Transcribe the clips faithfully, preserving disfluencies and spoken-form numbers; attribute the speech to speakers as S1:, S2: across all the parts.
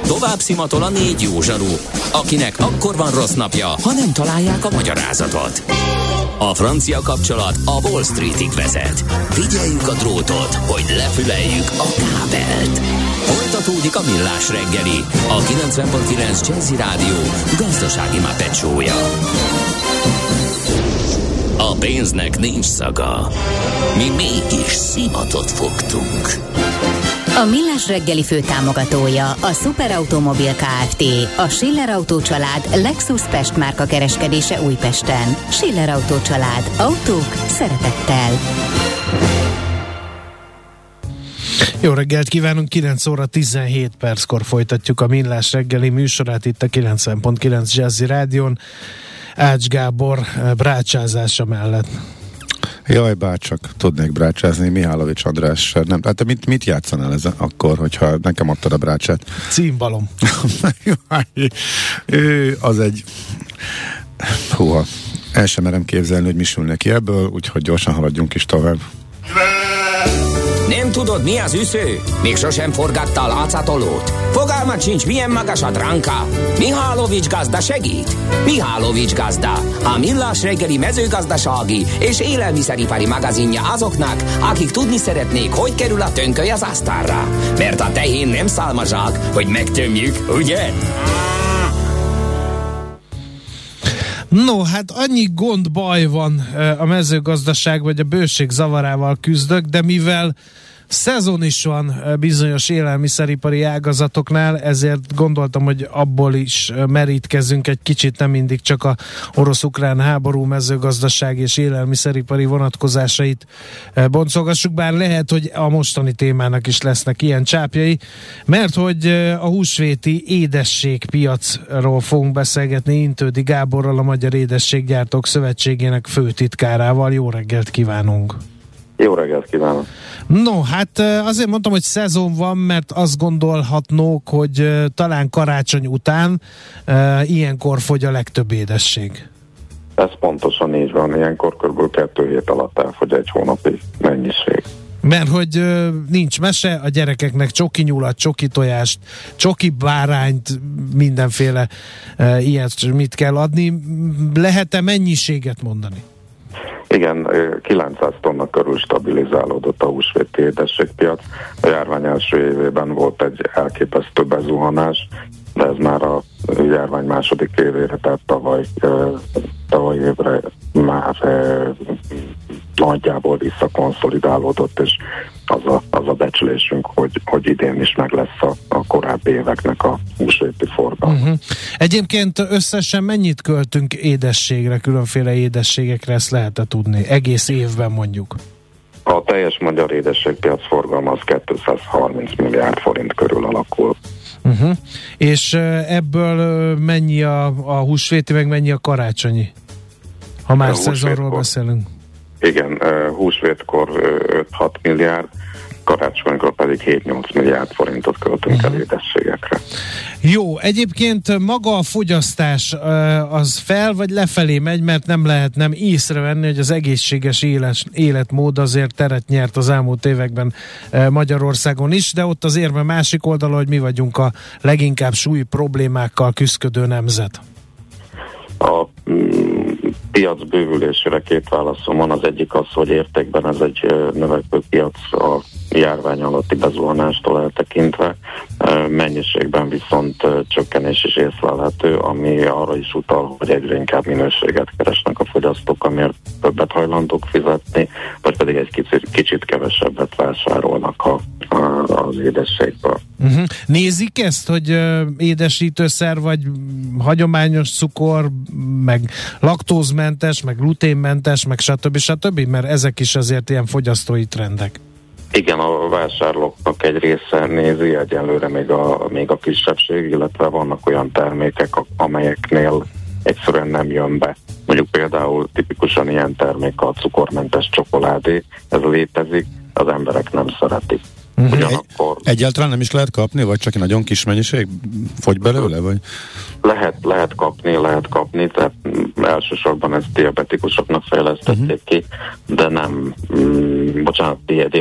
S1: Tovább szimatol a négy jó zsaru, akinek akkor van rossz napja, ha nem találják a magyarázatot. A francia kapcsolat a Wall Streetig vezet. Figyeljük a drótot, hogy lefüleljük a kábelt. Folytatódik a Millás reggeli, a kilencven pont kilenc Jazzy Rádió gazdasági mápecsója. A pénznek nincs szaga. Mi mégis szimatot fogtunk.
S2: A Millás reggeli főtámogatója a Superautomobil Kft. A Schiller Autó család Lexus Pest márka kereskedése Újpesten. Schiller Autó család. Autók szeretettel.
S3: Jó reggelt kívánunk, kilenc óra tizenhét perckor folytatjuk a Millás reggeli műsorát itt a kilencven pont kilenc Jazzy Rádión. Ács Gábor brácsázása mellett.
S4: Jaj, bárcsak tudnék brácsázni, Mihálovics András. Nem, hát te mit, mit játszanál ezen akkor, hogyha nekem adtad a brácsát?
S3: Címbalom.
S4: Ő az egy... Húha, el sem merem képzelni, hogy mi sül neki ebből, úgyhogy gyorsan haladjunk is tovább.
S1: Nem tudod, mi az üsző? Még sosem forgatta a látszatolót? Fogalmat sincs, milyen magas a dránka? Mihálovics gazda segít? Mihálovics gazda, a Millás reggeli mezőgazdasági és élelmiszeripari magazinja azoknak, akik tudni szeretnék, hogy kerül a tönköly az asztalra. Mert a tehén nem szálmazsák, hogy megtömjük, ugye?
S3: No, hát annyi gond, baj van a mezőgazdaság, vagy a bőség zavarával küzdök, de mivel szezon is van bizonyos élelmiszeripari ágazatoknál, ezért gondoltam, hogy abból is merítkezünk egy kicsit, nem mindig csak a orosz-ukrán háború mezőgazdaság és élelmiszeripari vonatkozásait boncolgassuk, bár lehet, hogy a mostani témának is lesznek ilyen csápjai, mert hogy a húsvéti édességpiacról fogunk beszélgetni Intődi Gáborral, a Magyar Édességgyártók Szövetségének főtitkárával. Jó reggelt kívánunk!
S5: Jó reggelt kívánok!
S3: No, hát azért mondtam, hogy szezon van, mert azt gondolhatnók, hogy talán karácsony után uh, ilyenkor fogy a legtöbb édesség.
S5: Ez pontosan így van, ilyenkor kb. kettő hét alatt elfogy egy hónapi mennyiség.
S3: Mert hogy uh, nincs mese, a gyerekeknek csoki nyulat, csoki tojást, csoki bárányt, mindenféle uh, ilyet mit kell adni. Lehet-e mennyiséget mondani?
S5: Igen, kilencszáz tonna körül stabilizálódott a húsvéti édességpiac. A járvány első évében volt egy elképesztő bezuhanás, de ez már a járvány második évére, tehát tavaly, tavaly évre már nagyjából visszakonszolidálódott, és az a, az a becslésünk, hogy, hogy idén is meg lesz a, a korábbi éveknek a húsvéti forgalma. Uh-huh.
S3: Egyébként összesen mennyit költünk édességre, különféle édességekre, ezt lehet-e tudni? Egész évben mondjuk.
S5: A teljes magyar édességpiac forgalma az kétszázharminc milliárd forint körül alakul.
S3: Uh-huh. És ebből mennyi a, a húsvéti, meg mennyi a karácsonyi? Ha már szezonról beszélünk.
S5: Igen, húsvétkor öt-hat milliárd, karácsonykor pedig hét-nyolc milliárd forintot költünk uh-huh. el édességekre.
S3: Jó, egyébként maga a fogyasztás az fel vagy lefelé megy, mert nem lehet nem észrevenni, hogy az egészséges éles, életmód azért teret nyert az elmúlt években Magyarországon is, de ott az érme másik oldala, hogy mi vagyunk a leginkább súly problémákkal küszködő nemzet.
S5: A mm, piac bővülésére két válaszom van. Az egyik az, hogy értékben ez egy növekvő piac a járvány alatti bezuhanástól eltekintve, mennyiségben viszont csökkenés is észlelhető, ami arra is utal, hogy egyre inkább minőséget keresnek a fogyasztók, amiért többet hajlandók fizetni, vagy pedig egy kicsit, kicsit kevesebbet vásárolnak a, a, az édességből.
S3: Uh-huh. Nézik ezt, hogy uh, édesítőszer, vagy hagyományos cukor, meg laktózmentes, meg gluténmentes, meg stb. stb., mert ezek is azért ilyen fogyasztói trendek.
S5: Igen, a vásárlóknak egy része nézi, egyelőre még a, még a kisebbség, illetve vannak olyan termékek, amelyeknél egyszerűen nem jön be. Mondjuk például tipikusan ilyen termék a cukormentes csokoládé, ez létezik, az emberek nem szeretik.
S4: Uh-huh. Ugyanakkor... Egy, egyáltalán nem is lehet kapni, vagy csak egy nagyon kis mennyiség fogy belőle, vagy?
S5: Lehet, lehet kapni, lehet kapni, tehát elsősorban ezt diabetikusoknak fejlesztették uh-huh. ki, de nem, mm, bocsánat,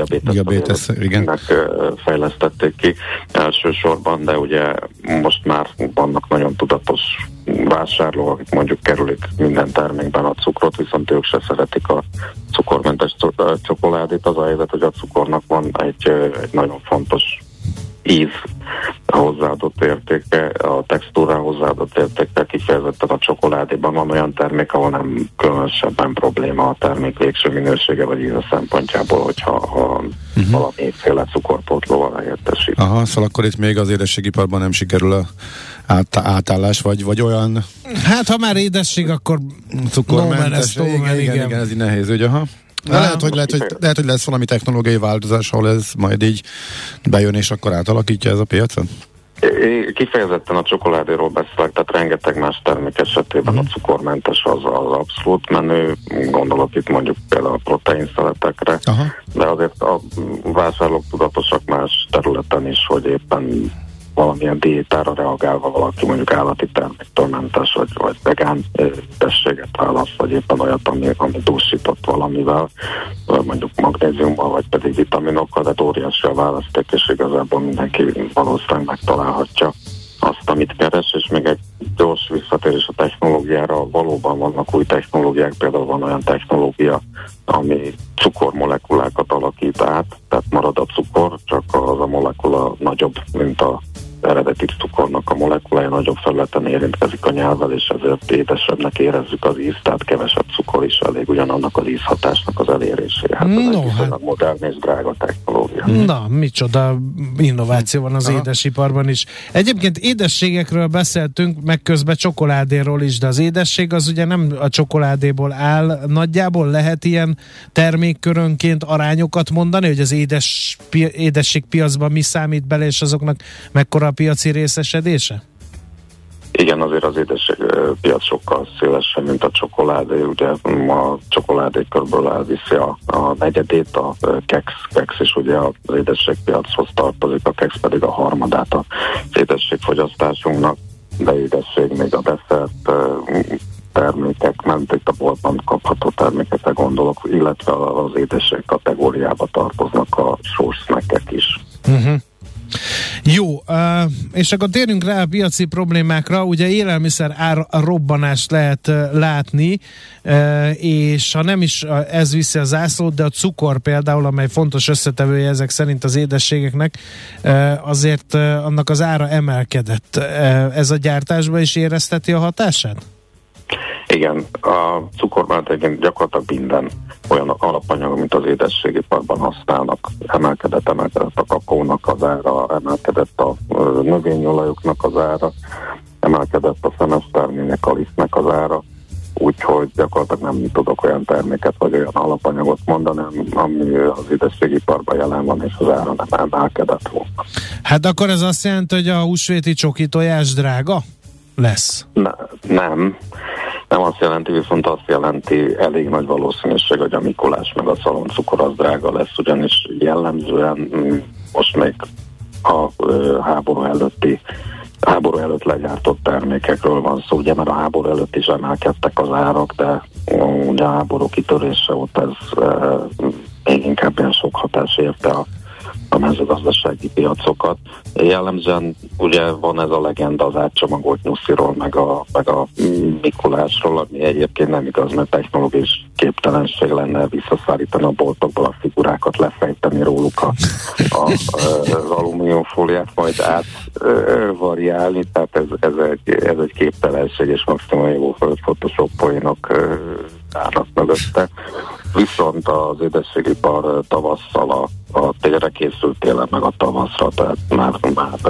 S5: diabétesnek fejlesztették ki elsősorban, de ugye most már vannak nagyon tudatos vásárlók, akik mondjuk kerülik minden termékben a cukrot, viszont ők se szeretik a cukormentes csokoládét. Az a helyzet, hogy a cukornak van egy, egy nagyon fontos íz hozzáadott értéke, a textúra hozzáadott értéke, kifejezetten a csokoládéban van olyan termék, ahol nem különösebben probléma a termék végső minősége vagy íze szempontjából, hogyha ha uh-huh. valamiféle cukorpótlóval helyettesít.
S4: Aha, szóval akkor itt még az édességiparban nem sikerül a át, átállás, vagy, vagy olyan...
S3: Hát ha már édesség, akkor
S4: cukormentes. No, igen, igen, igen, igen, ez így nehéz, ugye, aha. De ah, lehet, hogy, lehet, hogy, lehet, hogy lesz valami technológiai változás, ahol ez majd így bejön, és akkor átalakítja ez a piacot?
S5: Kifejezetten a csokoládéról beszélek, tehát rengeteg más termék esetében uh-huh. a cukormentes az, az abszolút menő, gondolok itt mondjuk például a proteinszeletekre, uh-huh. de azért a vásárlók tudatosak más területen is, hogy éppen valamilyen diétára reagálva valaki mondjuk állati terméktől mentes, vagy, vagy vegán édességet választ, vagy éppen olyat, ami, ami dúsított valamivel, mondjuk magnéziummal, vagy pedig vitaminokkal, de óriási a választék, és igazából mindenki valószínűleg megtalálhatja azt, amit keres, és még egy gyors visszatérés a technológiára, valóban vannak új technológiák, például van olyan technológia, ami cukormolekulákat alakít át, tehát marad a cukor, csak az a molekula nagyobb, mint a eredeti cukornak a molekulája, nagyobb felületen érintkezik a nyelvvel, és ezért édesebbnek érezzük az ízt, tehát kevesebb cukor is elég ugyanannak az ízhatásnak az eléréséhez. Ez no, egy hát... modern és drága technológia.
S3: Na, micsoda innováció van az Aha. édesiparban is. Egyébként édességekről beszéltünk, meg közben csokoládéról is, de az édesség az ugye nem a csokoládéból áll. Nagyjából lehet ilyen termékkörönként arányokat mondani, hogy az édes, édességpiacban mi számít bele, és azoknak mekkora a piaci részesedése?
S5: Igen, azért az édességpiac sokkal szélesebb, mint a csokoládé. Ugye a csokoládé körülbelül elviszi a, a negyedét, a keksz, keksz is ugye az édességpiachoz tartozik, a keksz pedig a harmadát az édességfogyasztásunknak, de édesség még a desszert termékek, mert itt a boltban kapható termékekre gondolok, illetve az édesség kategóriába tartoznak a sós snackek is.
S3: Uh-huh. Jó, uh, és akkor térjünk rá a piaci problémákra. Ugye élelmiszer ár robbanást lehet uh, látni, uh, és ha nem is uh, ez viszi a zászlót, de a cukor például, amely fontos összetevője ezek szerint az édességeknek, uh, azért uh, annak az ára emelkedett. Uh, ez a gyártásban is érezteti a hatását?
S5: Igen, a cukormát egyébként gyakorlatilag minden olyan alapanyag, mint az édességiparban használnak. Emelkedett, emelkedett a kakaónak az ára, emelkedett a növényolajoknak az ára, emelkedett a szemesztermények, a lisztnek az ára, úgyhogy gyakorlatilag nem tudok olyan terméket vagy olyan alapanyagot mondani, ami az édességiparban jelen van, és az ára nem emelkedett volna.
S3: Hát akkor ez azt jelenti, hogy a húsvéti csoki tojás drága lesz?
S5: Ne, nem. Nem azt jelenti, viszont azt jelenti elég nagy valószínűség, hogy a Mikulás meg a szaloncukor az drága lesz, ugyanis jellemzően most még a háború előtti háború előtt legyártott termékekről van szó, ugye, mert a háború előtt is emelkedtek az árak, de ugye a háború kitörése óta ez még inkább ilyen sok hatás érte a a mezőgazdasági piacokat. Jellemzően ugye van ez a legenda az átcsomagolt nyusziról, meg a, meg a Mikulásról, ami egyébként nem igaz, mert technológiai képtelenség lenne visszaszállítani a boltokból a figurákat, lefejteni róluk a, a, az alumíniumfóliát, majd átvariálni, tehát ez, ez, egy, ez egy képtelenség, és maximum jó Photoshop poénok állnak mögötte. Viszont az édességipar tavasszal a, a télre készült télen meg a tavaszra, tehát már, már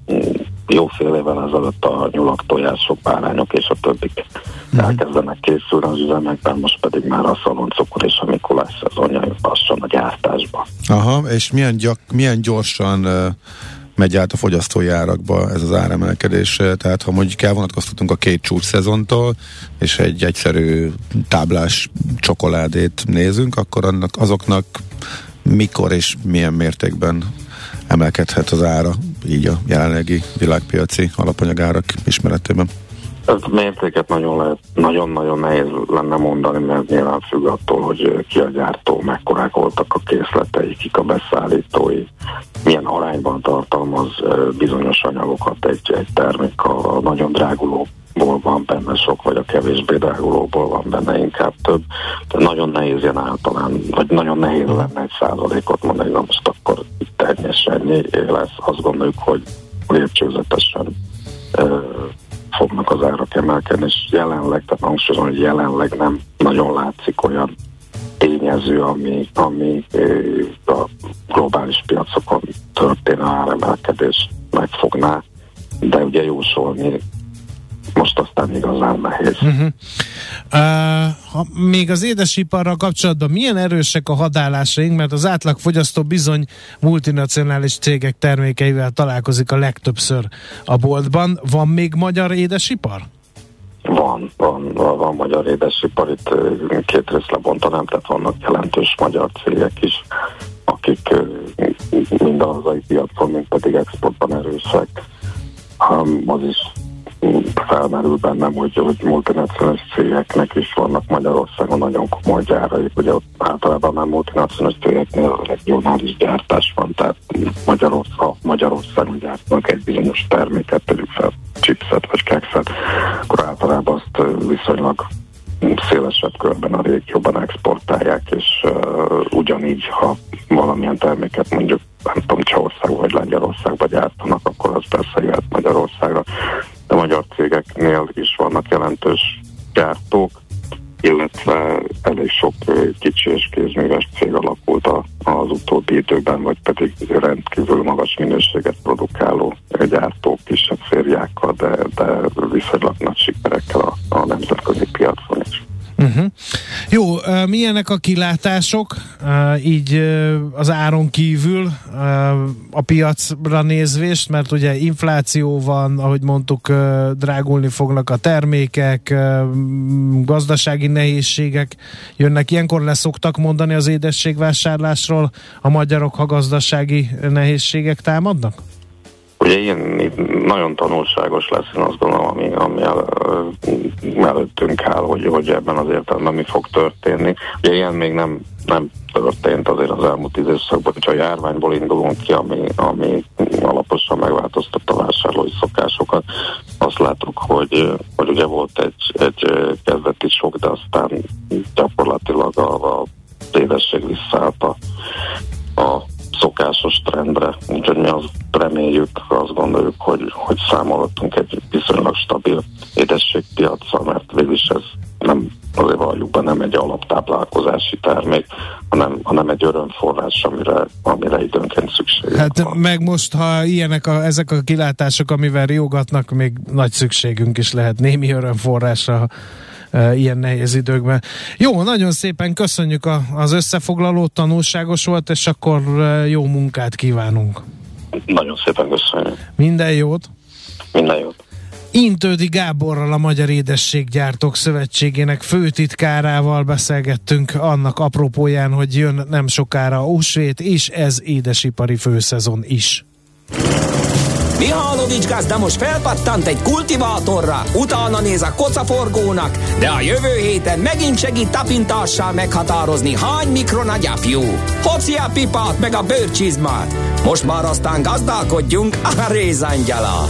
S5: jó fél évvel ezelőtt a nyulak, tojások, bárányok és a többik uh-huh. elkezdenek készülni az üzemekben, most pedig már a szaloncukor és a Mikulás szezonja lassan a gyártásba.
S4: Aha, és milyen, gyak, milyen gyorsan uh, megy át a fogyasztói árakba ez az áremelkedés, tehát ha mondjuk elvonatkoztatunk a két csúcs szezontól, és egy egyszerű táblás csokoládét nézünk, akkor annak, azoknak mikor és milyen mértékben emelkedhet az ára, így a jelenlegi világpiaci alapanyagárak ismeretében.
S5: Ez mértéket nagyon lehet, nagyon-nagyon nehéz lenne mondani, mert nyilván függ attól, hogy ki a gyártó, mekkorák voltak a készletei, kik a beszállítói, milyen arányban tartalmaz bizonyos anyagokat egy, egy termék, a nagyon drágulóból van benne sok, vagy a kevésbé drágulóból van benne inkább több. De nagyon nehéz ilyen általán, vagy nagyon nehéz lenne egy százalékot mondani, na most akkor itt ennyi lesz. Azt gondoljuk, hogy lépcsőzetesen fognak az árak emelkedni, és jelenleg, tehát hangsúlyozom, hogy jelenleg nem nagyon látszik olyan tényező, ami, ami a globális piacokon történő áremelkedést megfogná, de ugye jósolni most aztán igazán nehéz.
S3: Uh-huh. Uh, ha még az édesiparral kapcsolatban milyen erősek a hadállásaink, mert az átlagfogyasztó bizony multinacionális cégek termékeivel találkozik a legtöbbször a boltban. Van még magyar édesipar?
S5: Van, van, van, van magyar édesipar, itt két részre bontanám, tehát vannak jelentős magyar cégek is, akik mind a hazai piacon, mind pedig exportban erősek. Um, az is felmerül bennem, hogy, hogy multinacionális cégeknek is vannak Magyarországon nagyon komoly gyáraik, ugye ott általában már multinacionális cégeknél regionális gyártás van, tehát Magyarország, ha Magyarországon gyártnak egy bizonyos terméket, tegyük fel chipset vagy kekszet, akkor általában azt viszonylag szélesebb körben a régióban exportálják, és uh, ugyanígy, ha valamilyen terméket mondjuk, nem tudom, Csehországba vagy Lengyelországba gyártanak, akkor az persze jöhet Magyarországra. De magyar cégeknél is vannak jelentős gyártók, illetve elég sok kicsi és kézműves cég alakult az utóbbi időben, vagy pedig rendkívül magas minőséget produkáló gyártók kisebb szériákkal, de, de viszonylag nagy sikerekkel a, a nemzetközi piacon is.
S3: Uh-huh. Jó, uh, milyenek a kilátások, uh, így uh, az áron kívül uh, a piacra nézvést, mert ugye infláció van, ahogy mondtuk, uh, drágulni fognak a termékek, uh, gazdasági nehézségek jönnek. Ilyenkor leszoktak mondani az édességvásárlásról a magyarok, ha gazdasági nehézségek támadnak?
S5: Ugye ilyen nagyon tanulságos lesz, én azt gondolom, ami, ami el, előttünk áll, hogy, hogy ebben az értelemben mi fog történni. Ugye ilyen még nem, nem történt azért az elmúlt időszakban, hogyha a járványból indulunk ki, ami, ami alaposan megváltoztatta a vásárlói szokásokat. Azt látok, hogy, hogy ugye volt egy, egy kezdeti sok, de aztán gyakorlatilag a, a édesség visszaállt a, a szokásos trendre, úgyhogy mi azt reméljük, azt gondoljuk, hogy, hogy számolhatunk egy viszonylag stabil édességpiaccal, mert végül is ez nem, azért valljuk be, nem egy alaptáplálkozási termék, hanem, hanem egy örömforrás, amire, amire időnként szükségünk
S3: hát
S5: van.
S3: Meg most, ha ilyenek a, ezek a kilátások, amivel riogatnak, még nagy szükségünk is lehet némi örömforrásra Uh, ilyen nehéz időkben. Jó, nagyon szépen köszönjük a, az összefoglalót, tanulságos volt, és akkor uh, jó munkát kívánunk.
S5: Nagyon szépen köszönjük.
S3: Minden jót.
S5: Minden jót.
S3: Intődi Gáborral, a Magyar Édességgyártók Szövetségének főtitkárával beszélgettünk annak apropóján, hogy jön nem sokára a húsvét, és ez édesipari főszezon is.
S1: Mihálovics gazda most felpattant egy kultivátorra, utána néz a kocaforgónak, de a jövő héten megint segít tapintással meghatározni, hány mikron a gyapjú. Hoci a pipát meg a bőrcsizmát. Most már aztán gazdálkodjunk a rézangyala.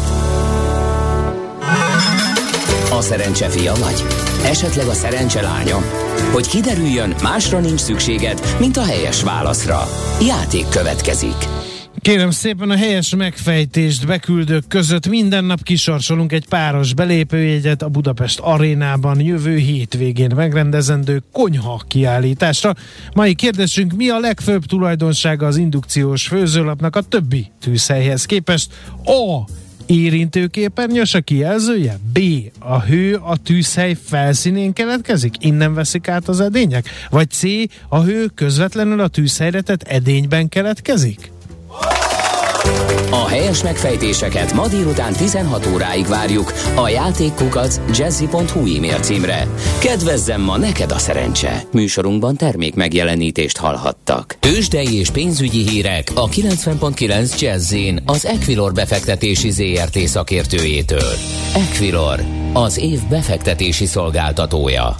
S1: A szerencse fia vagy? Esetleg a szerencse lánya? Hogy kiderüljön, másra nincs szükséged, mint a helyes válaszra. Játék következik.
S3: Kérem szépen, a helyes megfejtést beküldők között minden nap kisorsolunk egy páros belépőjegyet a Budapest Arénában jövő hétvégén megrendezendő konyha kiállításra. Mai kérdésünk: mi a legfőbb tulajdonsága az indukciós főzőlapnak a többi tűzhelyhez képest? A. Érintőképernyős a kijelzője? B. A hő a tűzhely felszínén keletkezik? Innen veszik át az edények? Vagy C. A hő közvetlenül a tűzhelyre tett edényben keletkezik?
S1: A helyes megfejtéseket ma délután tizenhat óráig várjuk a játékkukac jazzy pont hu e-mail címre. Kedvezzem ma neked a szerencse! Műsorunkban termék megjelenítést hallhattak. Tőzsdei és pénzügyi hírek a kilencven pont kilenc Jazzyn az Equilor befektetési zé er té szakértőjétől. Equilor, az év befektetési szolgáltatója.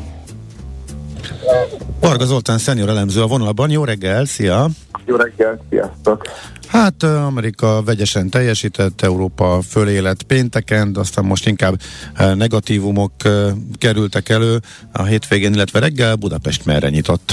S4: Varga Zoltán szenior elemző a vonalban. Jó reggel, szia!
S6: Jó reggel, sziasztok!
S4: Hát Amerika vegyesen teljesített, Európa fölé lett pénteken, de aztán most inkább negatívumok kerültek elő a hétvégén, illetve reggel. Budapest merre nyitott?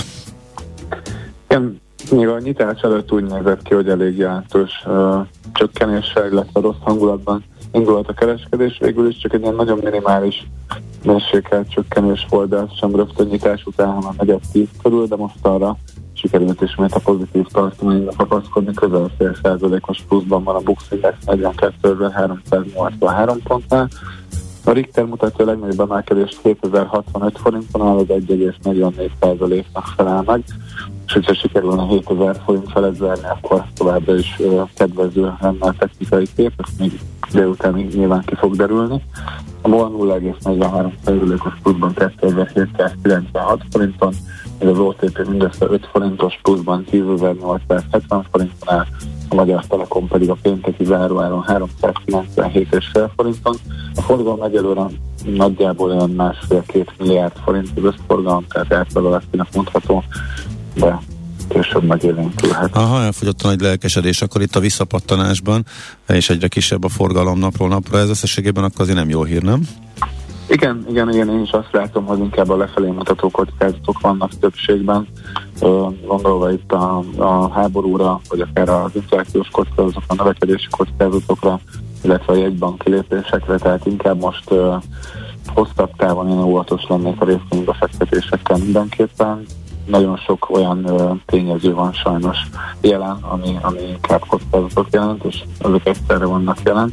S6: Igen, még a nyitás előtt úgy nézett ki, hogy elég jelentős uh, csökkenéssel, illetve rossz hangulatban indult a kereskedés, végül is csak egy ilyen nagyon minimális mérsékelt csökkenés volt, de ez sem rögtön nyitás után, hanem negyed tíz körül, de most arra sikerült ismét a pozitív tartományra kapaszkodni, közel fél százalékos pluszban van a Bux Index negyvenkétezer-háromszáznyolcvanhárom pontnál. A Richter mutatja a legnagyobb emelkedést hétezer-hatvanöt forinton áll, az egy egész negyvennégy százaléknak felel meg, és hogyha sikerülne hétezer forint felett zárni, akkor továbbra is uh, kedvező lenne a technikai kép, ezt még délután nyilván ki fog derülni. A MOL nulla egész negyvenhárom százalékos pluszban kétezer-hétszázkilencvenhat forinton, ez az o té pé mindössze öt forintos pluszban tízezer-nyolcszázhetven forinton áll, a Magyar Telekom pedig a pénteki záróáron háromszázkilencvenhét egész öt forinton. A forgalom egyelőre nagyjából olyan másfél-két milliárd forint az összforgalom, tehát átlagalakkinak mondható, de később megélénkülhet.
S4: Aha, elfogyott a nagy lelkesedés akkor itt a visszapattanásban, és egyre kisebb a forgalom napról napra, ez összességében akkor azért nem jó hír, nem?
S6: Igen, igen, igen, én is azt látom, hogy inkább a lefelé mutató kockázatok vannak többségben, gondolva itt a, a háborúra, vagy akár az inflációs kockázatokra, a növekedési kockázatokra, illetve a jegybanki lépésekre, tehát inkább most uh, hosszabb távon én óvatos lennék a részvénybefektetésekkel mindenképpen. Nagyon sok olyan uh, tényező van sajnos jelen, ami, ami inkább kockázatot jelent, és azok egyszerre vannak jelen.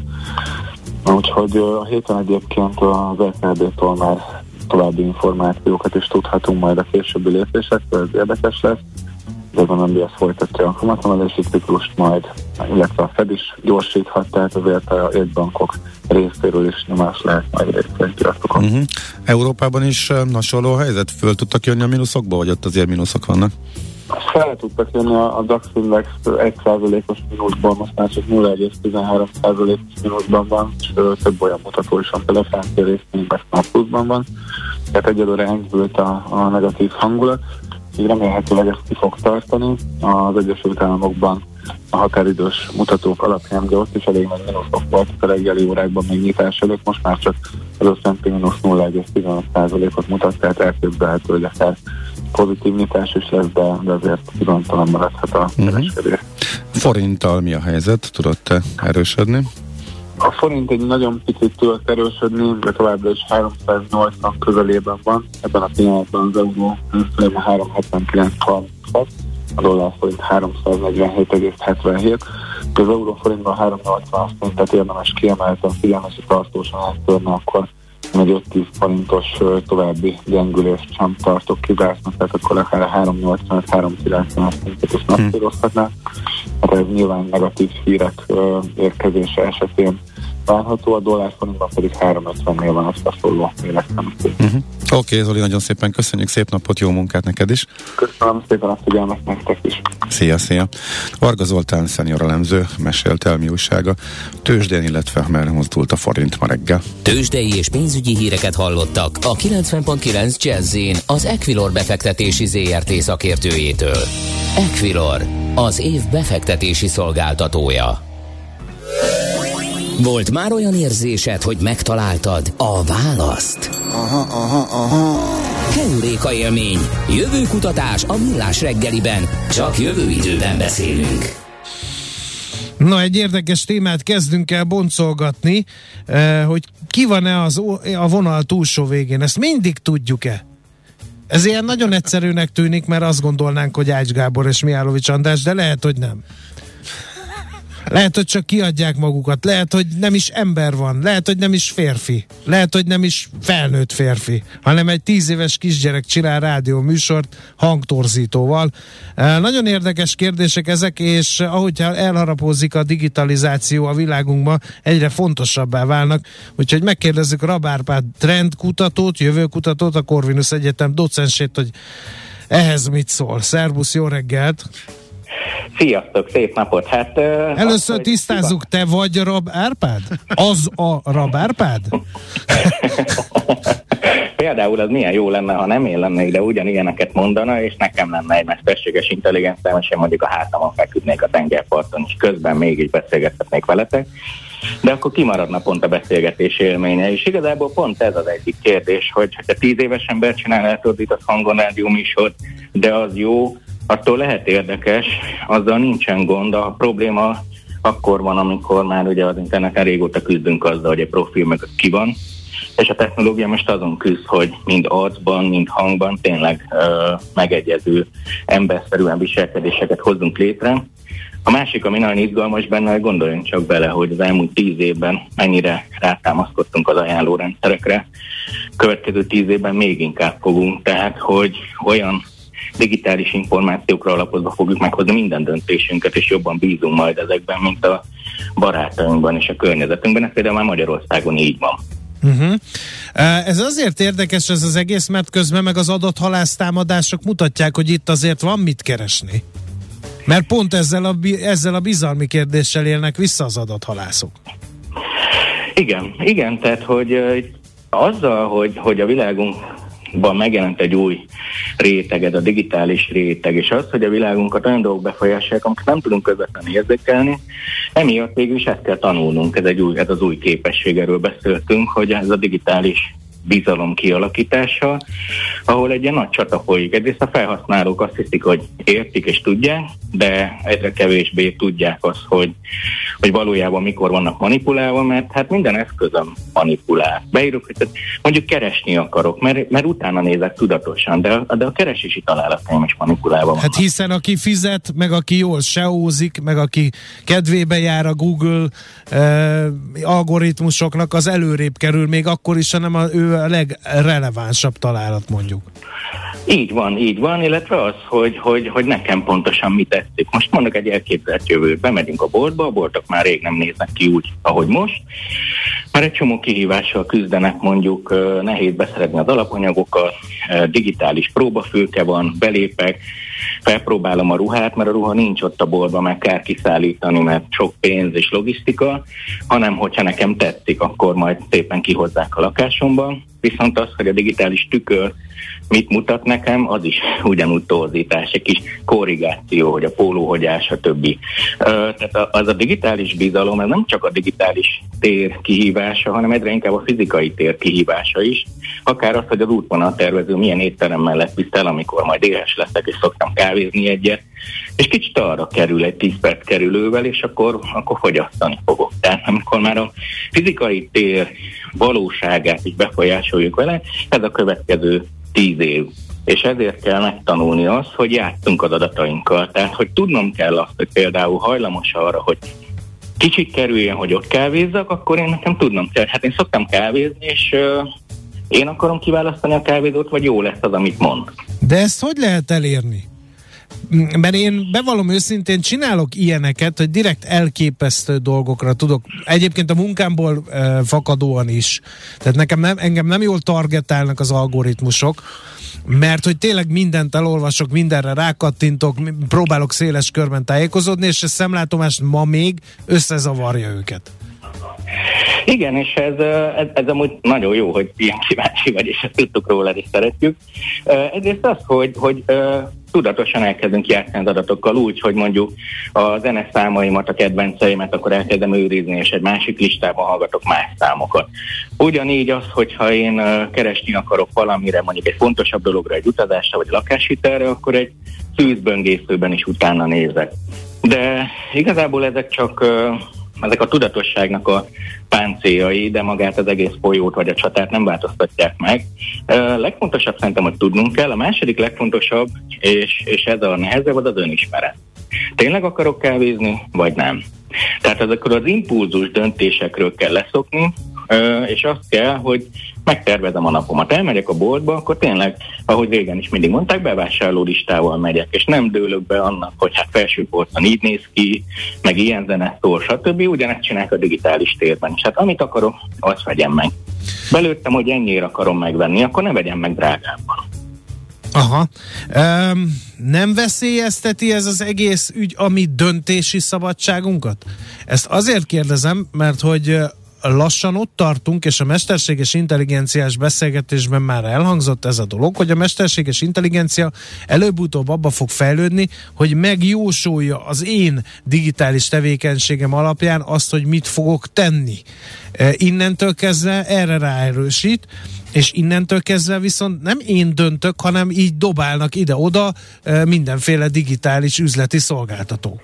S6: Úgyhogy a héten egyébként az é ká bé-tól már további információkat is tudhatunk majd a későbbi lépésekről, ez érdekes lesz. De az em en bé es folytatja a kamatemelési ciklust majd, illetve a Fed is gyorsíthat, tehát azért a jegybankok részéről is nyomás lehet majd részvénypiacokon. Uh-huh.
S4: Európában is hasonló helyzet? Föl tudtak jönni a mínuszokba, vagy ott azért mínuszok vannak?
S6: Fel tudtak jönni a, a DAX Index egy százalékos mínuszban, most már csak nulla egész tizenhárom százalékos mínuszban van, és ö, több olyan mutató is van, például a francia részvényben már pluszban van, tehát egyelőre enyhült a, a negatív hangulat, így remélhetőleg ezt ki fog tartani. Az Egyesült Államokban a határidős mutatók alapján, de ott is elég nagy mínuszok voltak a reggeli órákban még nyitás előtt, most már csak az es and pé mínusz nulla egész tizenöt százalékot mutat, tehát elképzelhető, hogy akár pozitív nyitás is lesz, de, de azért bizonytalan maradhat a kereskedés. Uh-huh.
S4: Forinttal mi a helyzet? Tudod te erősödni?
S6: A forint egy nagyon picit tudott erősödni, de továbbra is háromszáznyolcvan közelében van. Ebben a pillanatban az euró a három hetvenkilenc harminchat, a dollár forint háromszáznegyvenhét egész hetvenhét. Az euró forintban háromszáznyolcvan forintot érdemes kiemelten figyelmes, hogy tartósan áttörne, akkor egy öt-tíz forintos további gyengülést sem tartok kizártnak, tehát akkor akár a háromszáznyolcvanöt háromszázkilencven forintot is napszírozhatná. Hát ez nyilván negatív hírek érkezése esetén várható, a dollár forintban pedig három ötvennél van az hasonló életemszé. Uh-huh.
S4: Oké, okay, Zoli, nagyon szépen köszönjük, szép napot, jó munkát neked is.
S6: Köszönöm szépen a figyelmet nektek is.
S4: Szia, szia. Varga Zoltán szenior elemző mesélt el mi újsága tőzsdén, illetve merre mozdult a forint ma reggel.
S1: Tőzsdei és pénzügyi híreket hallottak a kilencven pont kilenc Jazzyn az Equilor befektetési zé er té szakértőjétől. Equilor, az év befektetési szolgáltatója. Volt már olyan érzésed, hogy megtaláltad a választ? Aha, aha, aha. Heuréka élmény. Jövőkutatás a Millás reggeliben. Csak jövő időben beszélünk.
S3: Na, egy érdekes témát kezdünk el boncolgatni, eh, hogy ki van-e az, a vonal túlsó végén. Ezt mindig tudjuk-e? Ez ilyen nagyon egyszerűnek tűnik, mert azt gondolnánk, hogy Ács Gábor és Mihálovics András, de lehet, hogy nem. Lehet, hogy csak kiadják magukat, lehet, hogy nem is ember van, lehet, hogy nem is férfi, lehet, hogy nem is felnőtt férfi, hanem egy tíz éves kisgyerek csinál rádió műsort hangtorzítóval. Nagyon érdekes kérdések ezek, és ahogy elharapózik a digitalizáció a világunkban, egyre fontosabbá válnak. Úgyhogy megkérdezzük Rab Árpád trendkutatót, jövőkutatót, a Corvinus Egyetem docensét, hogy ehhez mit szól. Szerbusz, jó reggelt!
S7: Sziasztok, szép napot! Hát, uh,
S3: először azt, tisztázzuk, te vagy Rab Árpád? Az a Rab Árpád?
S7: Például az milyen jó lenne, ha nem én lennék, de ugyanilyeneket mondana, és nekem lenne egy mesterséges intelligenciám, és én mondjuk a hátamon feküdnék a tengerparton, és közben mégis beszélgethetnék veletek. De akkor kimaradna pont a beszélgetés élménye, és igazából pont ez az egyik kérdés, hogy ha tíz éves ember csinál eltorzított hangon rádió műsort, de az jó, attól lehet érdekes, azzal nincsen gond, a probléma akkor van, amikor már ugye az interneten régóta küzdünk azzal, hogy a profil meg ki van, és a technológia most azon küzd, hogy mind arcban, mind hangban tényleg ö, megegyező emberszerűen viselkedéseket hozzunk létre. A másik, ami nagyon izgalmas benne, hogy gondoljunk csak bele, hogy az elmúlt tíz évben mennyire rátámaszkodtunk az ajánlórendszerekre, következő tíz évben még inkább fogunk, tehát hogy olyan digitális információkra alapozva fogjuk meghozni minden döntésünket, és jobban bízunk majd ezekben, mint a barátainkban és a környezetünkben. Ez például már Magyarországon így van.
S3: Uh-huh. Ez azért érdekes ez az egész, mert közben meg az adathalásztámadások mutatják, hogy itt azért van mit keresni. Mert pont ezzel a, ezzel a bizalmi kérdéssel élnek vissza az adathalászok.
S7: Igen, igen, tehát hogy azzal, hogy, hogy a világunkban megjelent egy új réteg, ez a digitális réteg, és az, hogy a világunkat olyan dolgok befolyásolják, amiket nem tudunk közvetlenül érzékelni, emiatt végül is ezt kell tanulnunk, ez, egy új, ez az új képesség, erről beszéltünk, hogy ez a digitális bizalom kialakítása, ahol egy ilyen nagy csata folyik. Egyrészt a felhasználók azt hiszik, hogy értik és tudják, de egyre kevésbé tudják azt, hogy, hogy valójában mikor vannak manipulálva, mert hát minden eszközöm manipulál. Beírok, hogy mondjuk keresni akarok, mert, mert utána nézek tudatosan, de, de a keresési találataim is manipulálva vannak.
S3: Hát hiszen aki fizet, meg aki jól seózik, meg aki kedvébe jár a Google eh, algoritmusoknak, az előrébb kerül, még akkor is, hanem a, ő a legrelevánsabb találat, mondjuk.
S7: Így van, így van, illetve az, hogy, hogy, hogy nekem pontosan mit tetszik. Most mondok egy elképzelt jövőt, bemegyünk a boltba, a boltok már rég nem néznek ki úgy, ahogy most. Már egy csomó kihívással küzdenek, mondjuk nehéz beszerezni az alapanyagokat, digitális próbafülke van, belépek, felpróbálom a ruhát, mert a ruha nincs ott a boltban, meg kell kiszállítani, mert sok pénz és logisztika, hanem hogyha nekem tetszik, akkor majd szépen kihozzák a lakásomban. Viszont az, hogy a digitális tükör mit mutat nekem, az is ugyanúgy torzítás, egy kis korrigáció, hogy a póló hogy áll, stb. Tehát az a digitális bizalom, ez nem csak a digitális tér kihívása, hanem egyre inkább a fizikai tér kihívása is. Akár az, hogy az útvonaltervező milyen étterem mellett visz el, amikor majd éhes leszek, és szoktam kávézni egyet, és kicsit arra kerül egy tíz perc kerülővel, és akkor, akkor fogyasztani fogok. Tehát amikor már a fizikai tér valóságát is befolyásoljuk vele, ez a következő tíz év. És ezért kell megtanulni azt, hogy játszunk az adatainkkal. Tehát, hogy tudnom kell azt, hogy például hajlamos arra, hogy kicsit kerüljön, hogy ott kávézzak, akkor én nekem tudnom kell. Hát én szoktam kávézni, és uh, én akarom kiválasztani a kávézót, vagy jó lesz az, amit mond.
S3: De ezt hogy lehet elérni? Mert én bevallom őszintén, csinálok ilyeneket, hogy direkt elképesztő dolgokra tudok, egyébként a munkámból e, fakadóan is. Tehát nekem nem, engem nem jól targetálnak az algoritmusok, mert hogy tényleg mindent elolvasok, mindenre rákattintok, próbálok széles körben tájékozódni, és a szemlátomást ma még összezavarja őket.
S7: Igen, és ez, ez, ez amúgy nagyon jó, hogy ilyen kíváncsi vagy, és ezt tudtuk róla, és szeretjük. Egyrészt az, hogy, hogy tudatosan elkezdünk játszani az adatokkal úgy, hogy mondjuk a zeneszámaimat, a kedvenceimet akkor elkezdem őrizni, és egy másik listában hallgatok más számokat. Ugyanígy az, hogyha én keresni akarok valamire, mondjuk egy fontosabb dologra, egy utazásra, vagy lakáshitelre, akkor egy szűzböngészőben is utána nézek. De igazából ezek csak... ezek a tudatosságnak a páncéljai, de magát az egész folyót vagy a csatát nem változtatják meg. A legfontosabb szerintem, hogy tudnunk kell. A második legfontosabb, és, és ez a nehezebb, az az önismeret. Tényleg akarok kávézni, vagy nem? Tehát ezekről az impulzus döntésekről kell leszokni, és azt kell, hogy megtervezem a napomat. Elmegyek a boltba, akkor tényleg, ahogy régen is mindig mondták, bevásárló listával megyek, és nem dőlök be annak, hogy hát felsőporton így néz ki, meg ilyen zene szól, stb. Ugyanezt csinálják a digitális térben is. Hát amit akarok, azt vegyem meg. Belőttem, hogy ennyire akarom megvenni, akkor ne vegyem meg drágábban.
S3: Aha. Um, nem veszélyezteti ez az egész ügy a mi döntési szabadságunkat? Ezt azért kérdezem, mert hogy lassan ott tartunk, és a mesterséges intelligenciás beszélgetésben már elhangzott ez a dolog, hogy a mesterséges intelligencia előbb-utóbb abba fog fejlődni, hogy megjósolja az én digitális tevékenységem alapján azt, hogy mit fogok tenni. Innentől kezdve erre ráerősít, és innentől kezdve viszont nem én döntök, hanem így dobálnak ide-oda mindenféle digitális üzleti szolgáltatók.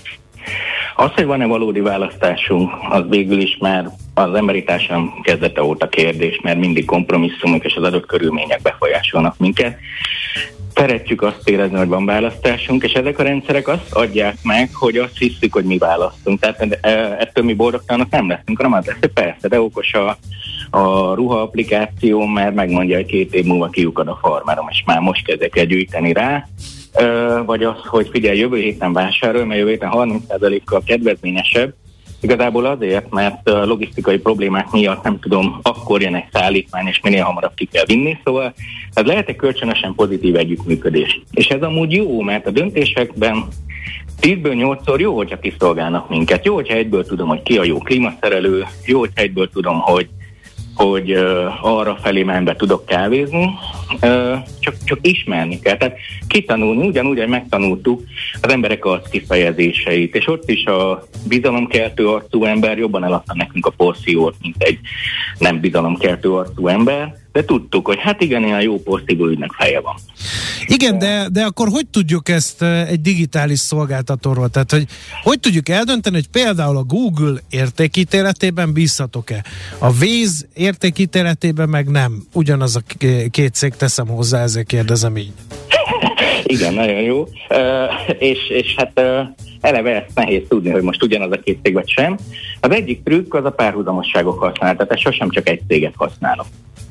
S7: Az, hogy van-e valódi választásunk, az végül is már az emberi társadalom kezdete óta kérdés, mert mindig kompromisszumok és az adott körülmények befolyásolnak minket. Szeretjük azt érezni, hogy van választásunk, és ezek a rendszerek azt adják meg, hogy azt hiszük, hogy mi választunk. Tehát ettől mi boldogtalanok nem leszünk, hanem az lesz, persze, de okos a, a ruha applikáció, mert megmondja, hogy két év múlva kiukad a farmerom, és már most kezdek el gyűjteni rá. Ö, vagy az, hogy figyelj, jövő héten vásárol, mert jövő héten harminc százalékkal kedvezményesebb, igazából azért, mert a logisztikai problémák miatt nem tudom, akkor jön egy szállítmány, és minél hamarabb ki kell vinni, szóval ez lehet egy kölcsönösen pozitív együttműködés. És ez amúgy jó, mert a döntésekben tízből nyolcszor jó, hogyha kiszolgálnak minket. Jó, hogyha egyből tudom, hogy ki a jó klímaszerelő, jó, hogyha egyből tudom, hogy hogy uh, arra felé menve tudok kávézni, uh, csak, csak ismerni kell. Tehát kitanulni, ugyanúgy, hogy megtanultuk az emberek arc kifejezéseit, és ott is a bizalomkeltő arcú ember jobban eladta nekünk a porszívót, mint egy nem bizalomkeltő arcú ember, de tudtuk, hogy hát igen, ilyen jó porszívó ügynek feje van.
S3: Igen, de, de akkor hogy tudjuk ezt egy digitális szolgáltatóról? Tehát, hogy hogy tudjuk eldönteni, hogy például a Google értékítéletében bízhatok-e? A Waze értékítéletében meg nem. Ugyanaz a két cég, teszem hozzá, ezért kérdezem így.
S7: Igen, nagyon jó. Uh, és, és hát uh, eleve ezt nehéz tudni, hogy most ugyanaz a két cég vagy sem. Az egyik trükk az a párhuzamosságok használata, sosem csak egy céget használok.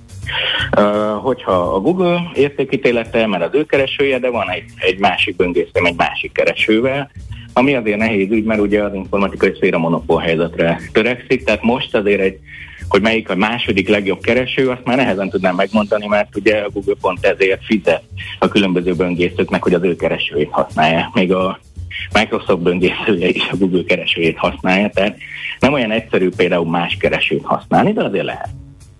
S7: Uh, hogyha a Google értékítélete, mert az ő keresője, de van egy, egy másik böngészőm egy másik keresővel, ami azért nehéz ügy, mert ugye az informatikai szféra monopól helyzetre törekszik, tehát most azért egy, hogy melyik a második legjobb kereső, azt már nehezen tudnám megmondani, mert ugye a Google pont ezért fizet a különböző böngészőknek, hogy az ő keresőjét használja. Még a Microsoft böngészője is a Google keresőjét használja, tehát nem olyan egyszerű például más keresőt használni, de azért lehet.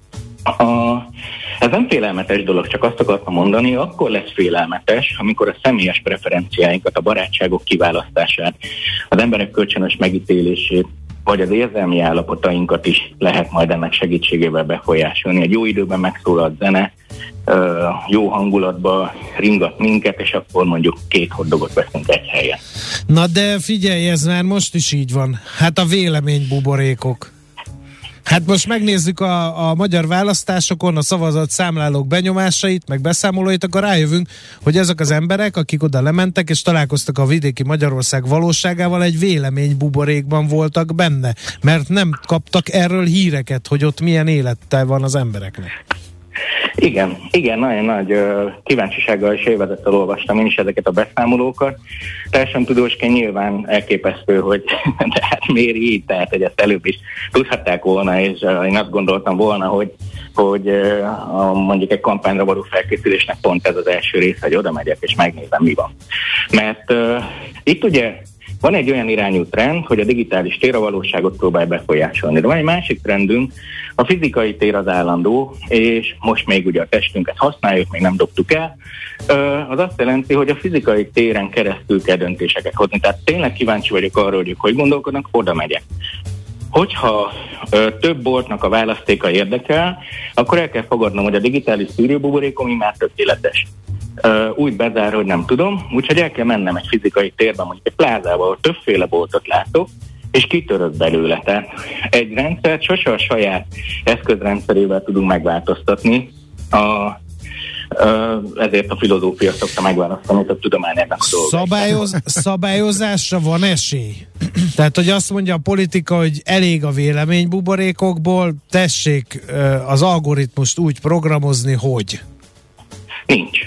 S7: A, ez nem félelmetes dolog, csak azt akartam mondani, akkor lesz félelmetes, amikor a személyes preferenciáinkat, a barátságok kiválasztását, az emberek kölcsönös megítélését, vagy az érzelmi állapotainkat is lehet majd ennek segítségével befolyásolni. Egy jó időben megszólalt zene, jó hangulatba ringat minket, és akkor mondjuk két hotdogot veszünk egy helyen.
S3: Na de figyelj, ez már most is így van. Hát a véleménybuborékok. Hát most megnézzük a, a magyar választásokon a szavazat számlálók benyomásait, meg beszámolóit, akkor rájövünk, hogy ezek az emberek, akik oda lementek és találkoztak a vidéki Magyarország valóságával, egy véleménybuborékban voltak benne, mert nem kaptak erről híreket, hogy ott milyen élettel van az embereknek.
S7: Igen, igen, nagyon nagy uh, kíváncsisággal és élvezettel olvastam én is ezeket a beszámolókat. Teljesen tudósként nyilván elképesztő, hogy de hát miért így, tehát hogy ezt előbb is tudhatták volna, és uh, én azt gondoltam volna, hogy, hogy uh, a, mondjuk egy kampányra való felkészülésnek pont ez az első rész, hogy oda megyek és megnézem, mi van. Mert uh, itt ugye van egy olyan irányú trend, hogy a digitális tér a valóságot próbál befolyásolni. De van egy másik trendünk, a fizikai tér az állandó, és most még ugye a testünket használjuk, még nem dobtuk el. Az azt jelenti, hogy a fizikai téren keresztül kell döntéseket hozni. Tehát tényleg kíváncsi vagyok arra, hogy ők hogy gondolkodnak, oda megyek. Hogyha ö, több boltnak a választéka érdekel, akkor el kell fogadnom, hogy a digitális szűrőbuborékom már tökéletes. Uh, úgy bezár, hogy nem tudom, úgyhogy el kell mennem egy fizikai térben, mondjuk egy plázában, ahol többféle boltot látok, és kitörök belőle. Tehát egy rendszert sose a saját eszközrendszerével tudunk megváltoztatni. A, ezért a filozófia szokta megválasztani a tudományának a dolgait.
S3: Szabályoz, szabályozásra van esély? Tehát, hogy azt mondja a politika, hogy elég a véleménybuborékokból, tessék az algoritmust úgy programozni, hogy...
S7: Nincs.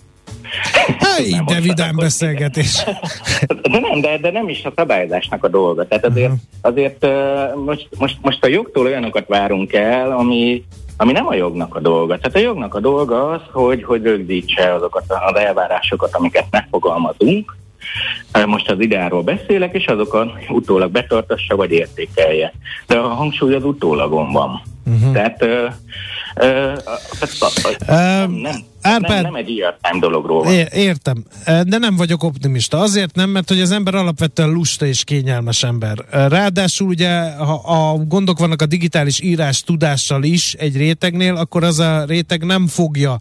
S3: Hely, de vidám beszélgetés.
S7: De nem, de, de nem is a szabályozásnak a dolga. Tehát azért, uh-huh. azért most, most, most a jogtól olyanokat várunk el, ami, ami nem a jognak a dolga. Tehát a jognak a dolga az, hogy, hogy rögzítse azokat az elvárásokat, amiket megfogalmazunk. Most az ideáról beszélek, és azokat utólag betartassa, vagy értékelje. De a hangsúly az utólagon van. Uh-huh. Tehát uh, uh, uh, nem, Árpád, nem, nem egy real-time dologról van.
S3: Értem, de nem vagyok optimista. Azért nem, mert hogy az ember alapvetően lusta és kényelmes ember. Ráadásul ugye, ha a gondok vannak a digitális írás tudással is egy rétegnél, akkor az a réteg nem fogja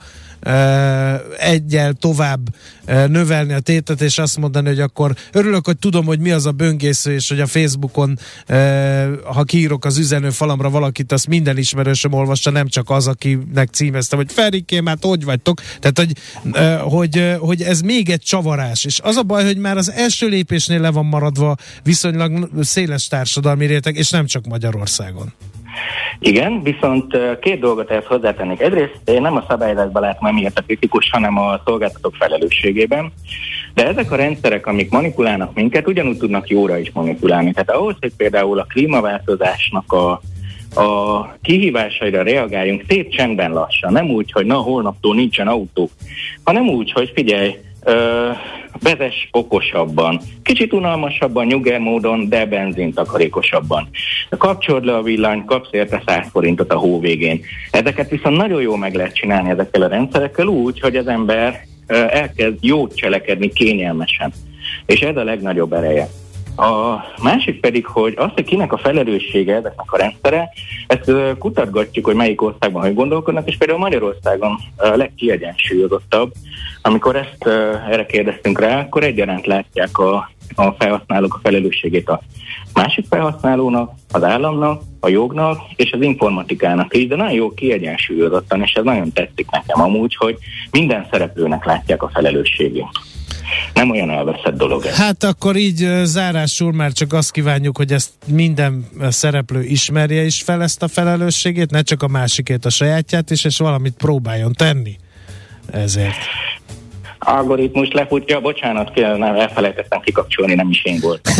S3: egyel tovább növelni a tétet, és azt mondani, hogy akkor örülök, hogy tudom, hogy mi az a böngésző, és hogy a Facebookon ha kiírok az üzenőfalamra valakit, azt minden ismerősöm olvassa, nem csak az, akinek címeztem, hogy Ferikém, hát hogy vagytok? Tehát, hogy, hogy, hogy ez még egy csavarás, és az a baj, hogy már az első lépésnél le van maradva viszonylag széles társadalmi réteg, és nem csak Magyarországon.
S7: Igen, viszont két dolgot ehhez hozzátennék. Egyrészt én nem a szabályozásban látom emiatt a kritikus, hanem a szolgáltatók felelősségében. De ezek a rendszerek, amik manipulálnak minket, ugyanúgy tudnak jóra is manipulálni. Tehát ahhoz, hogy például a klímaváltozásnak a, a kihívásaira reagáljunk szép csendben lassan, nem úgy, hogy na holnaptól nincsen autó, hanem úgy, hogy figyelj, Ö, vezess okosabban, kicsit unalmasabban, nyuger módon, de benzintakarékosabban. Kapcsold le a villanyt, kapsz érte száz forintot a hó végén. Ezeket viszont nagyon jól meg lehet csinálni ezekkel a rendszerekkel úgy, hogy az ember ö, elkezd jót cselekedni kényelmesen. És ez a legnagyobb ereje. A másik pedig, hogy az, hogy kinek a felelőssége ezeknek a rendszere, ezt uh, kutatgatjuk, hogy melyik országban hogy gondolkodnak, és például Magyarországon a uh, legkiegyensúlyozottabb. Amikor ezt uh, erre kérdeztünk rá, akkor egyaránt látják a, a felhasználók a felelősségét a másik felhasználónak, az államnak, a jognak és az informatikának is, de nagyon jó kiegyensúlyozottan, és ez nagyon tetszik nekem amúgy, hogy minden szereplőnek látják a felelősségét. Nem olyan elveszett dolog ez.
S3: Hát akkor így zárásul már csak azt kívánjuk, hogy ezt minden szereplő ismerje is fel ezt a felelősségét, ne csak a másikét, a sajátját is, és valamit próbáljon tenni ezért.
S7: Algoritmus lefutja, bocsánat, nem, elfelejtettem kikapcsolni, nem is én voltam.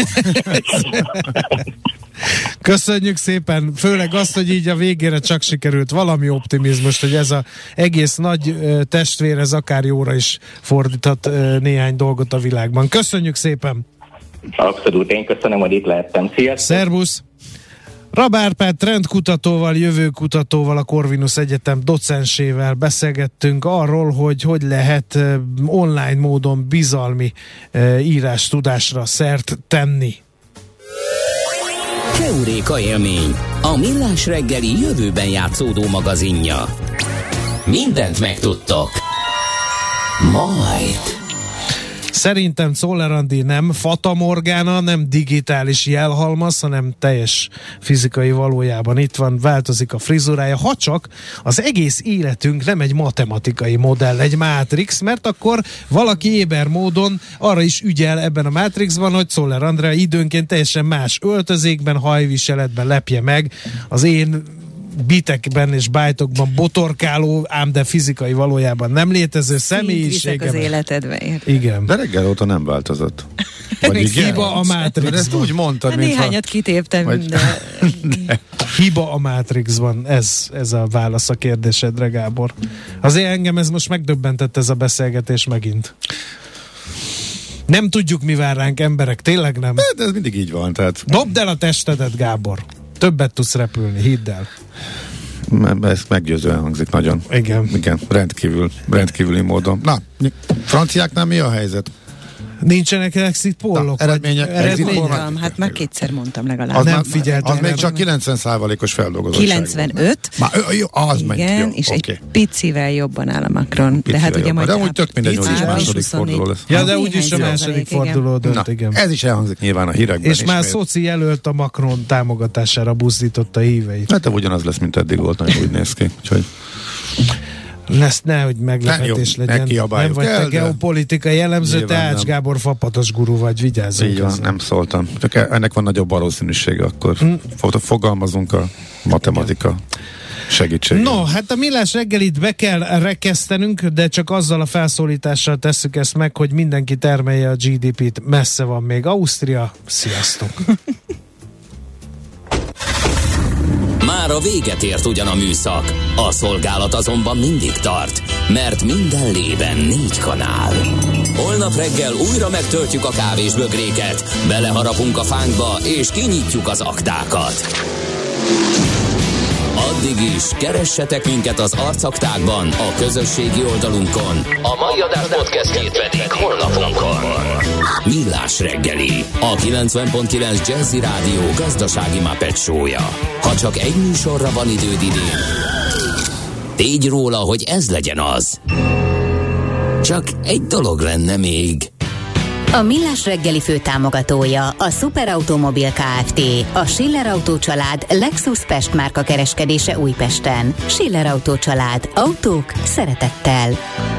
S3: Köszönjük szépen, főleg azt, hogy így a végére csak sikerült valami optimizmus, hogy ez az egész nagy testvér, ez akár jóra is fordíthat néhány dolgot a világban. Köszönjük szépen!
S7: Abszolút, én köszönöm, hogy itt lehettem. Sziasztok!
S3: Szervusz! Rab Árpád trendkutatóval, jövőkutatóval, a Corvinus Egyetem docensével beszélgettünk arról, hogy hogy lehet online módon bizalmi írás tudásra szert tenni.
S1: Heuréka élmény, a Millás reggeli jövőben játszódó magazinja. Mindent megtudtok. Majd.
S3: Szerintem Czoller Andi nem Fata Morgana, nem digitális jelhalmaz, hanem teljes fizikai valójában itt van, változik a frizurája, ha csak az egész életünk nem egy matematikai modell, egy mátrix, mert akkor valaki éber módon arra is ügyel ebben a mátrixban, hogy Czoller Andrea időnként teljesen más öltözékben, hajviseletben lepje meg az én bitekben és bájtokban botorkáló, ám de fizikai valójában nem létező személyisége.
S8: az életedbe, ért.
S3: Igen.
S4: De reggel óta nem változott.
S3: Vagy hiba a Matrixban.
S4: Ezt úgy mondtad,
S8: hát néhányat kitéptem, vagy... de...
S3: de... Hiba a Matrixban. Ez, ez a válasz a kérdésedre, Gábor. Azért engem ez most megdöbbentett ez a beszélgetés megint. Nem tudjuk, mi vár ránk, emberek, tényleg nem.
S4: De, de ez mindig így van. Tehát...
S3: Dobd el a testedet, Gábor. Többet tudsz repülni, hidd el.
S4: Ez meggyőzően hangzik nagyon.
S3: Igen.
S4: Igen, rendkívül, rendkívüli módon. Na, franciáknál mi a helyzet?
S3: Nincsenek exit pollok?
S4: Na, eredmények, exit
S8: pollok? Hát már kétszer mondtam legalább.
S4: Az
S3: nem
S4: már,
S3: figyeltem.
S4: Az még csak kilencven százalékos feldolgozottság.
S8: kilencvenöt
S4: Már, jó, az
S8: igen,
S4: megy. Jó,
S8: és
S4: okay.
S8: egy picivel jobban áll a Macron.
S4: Picivel
S8: de hát ugye majd...
S4: De úgy tök mindegy, úgyis második forduló lesz.
S3: Ja, de úgyis a második forduló dönt, igen.
S4: Ez is elhangzik nyilván a hírekben.
S3: És már Szoci jelölt a Macron támogatására buzdította híveit.
S4: Hát ugyanaz lesz, mint eddig volt, nagyon úgy néz ki. Úgyhogy...
S3: Ezt nehogy meglepetés
S4: ne,
S3: legyen.
S4: Ne
S3: nem vagy
S4: el,
S3: te geopolitikai jellemző, te Ács Gábor fapados guru vagy, vigyázzunk.
S4: Így van,
S3: ezen.
S4: nem szóltam. Csak ennek van nagyobb valószínűsége, akkor hmm. fogalmazunk a matematika Igen. segítségével.
S3: No, hát a Millás reggelit be kell rekesztenünk, de csak azzal a felszólítással tesszük ezt meg, hogy mindenki termelje a gé dé pét, messze van még Ausztria. Sziasztok!
S1: Már a véget ért ugyan a műszak, a szolgálat azonban mindig tart, mert minden lében négy kanál. Holnap reggel újra megtöltjük a kávésbögréket, beleharapunk a fánkba és kinyitjuk az aktákat. Addig is keressetek minket az arcaktákban, a közösségi oldalunkon. A mai adás podcastjét pedig honlapunkon. Millás reggeli, a kilencven pont kilenc Jazzy Rádió gazdasági Muppet show-ja. Ha csak egy műsorra van időd idén, tégy róla, hogy ez legyen az. Csak egy dolog lenne még.
S2: A Millás reggeli főtámogatója a Superautomobil Kft. A Schiller Autó család Lexus Pest márka kereskedése Újpesten. Schiller Autó család. Autók szeretettel.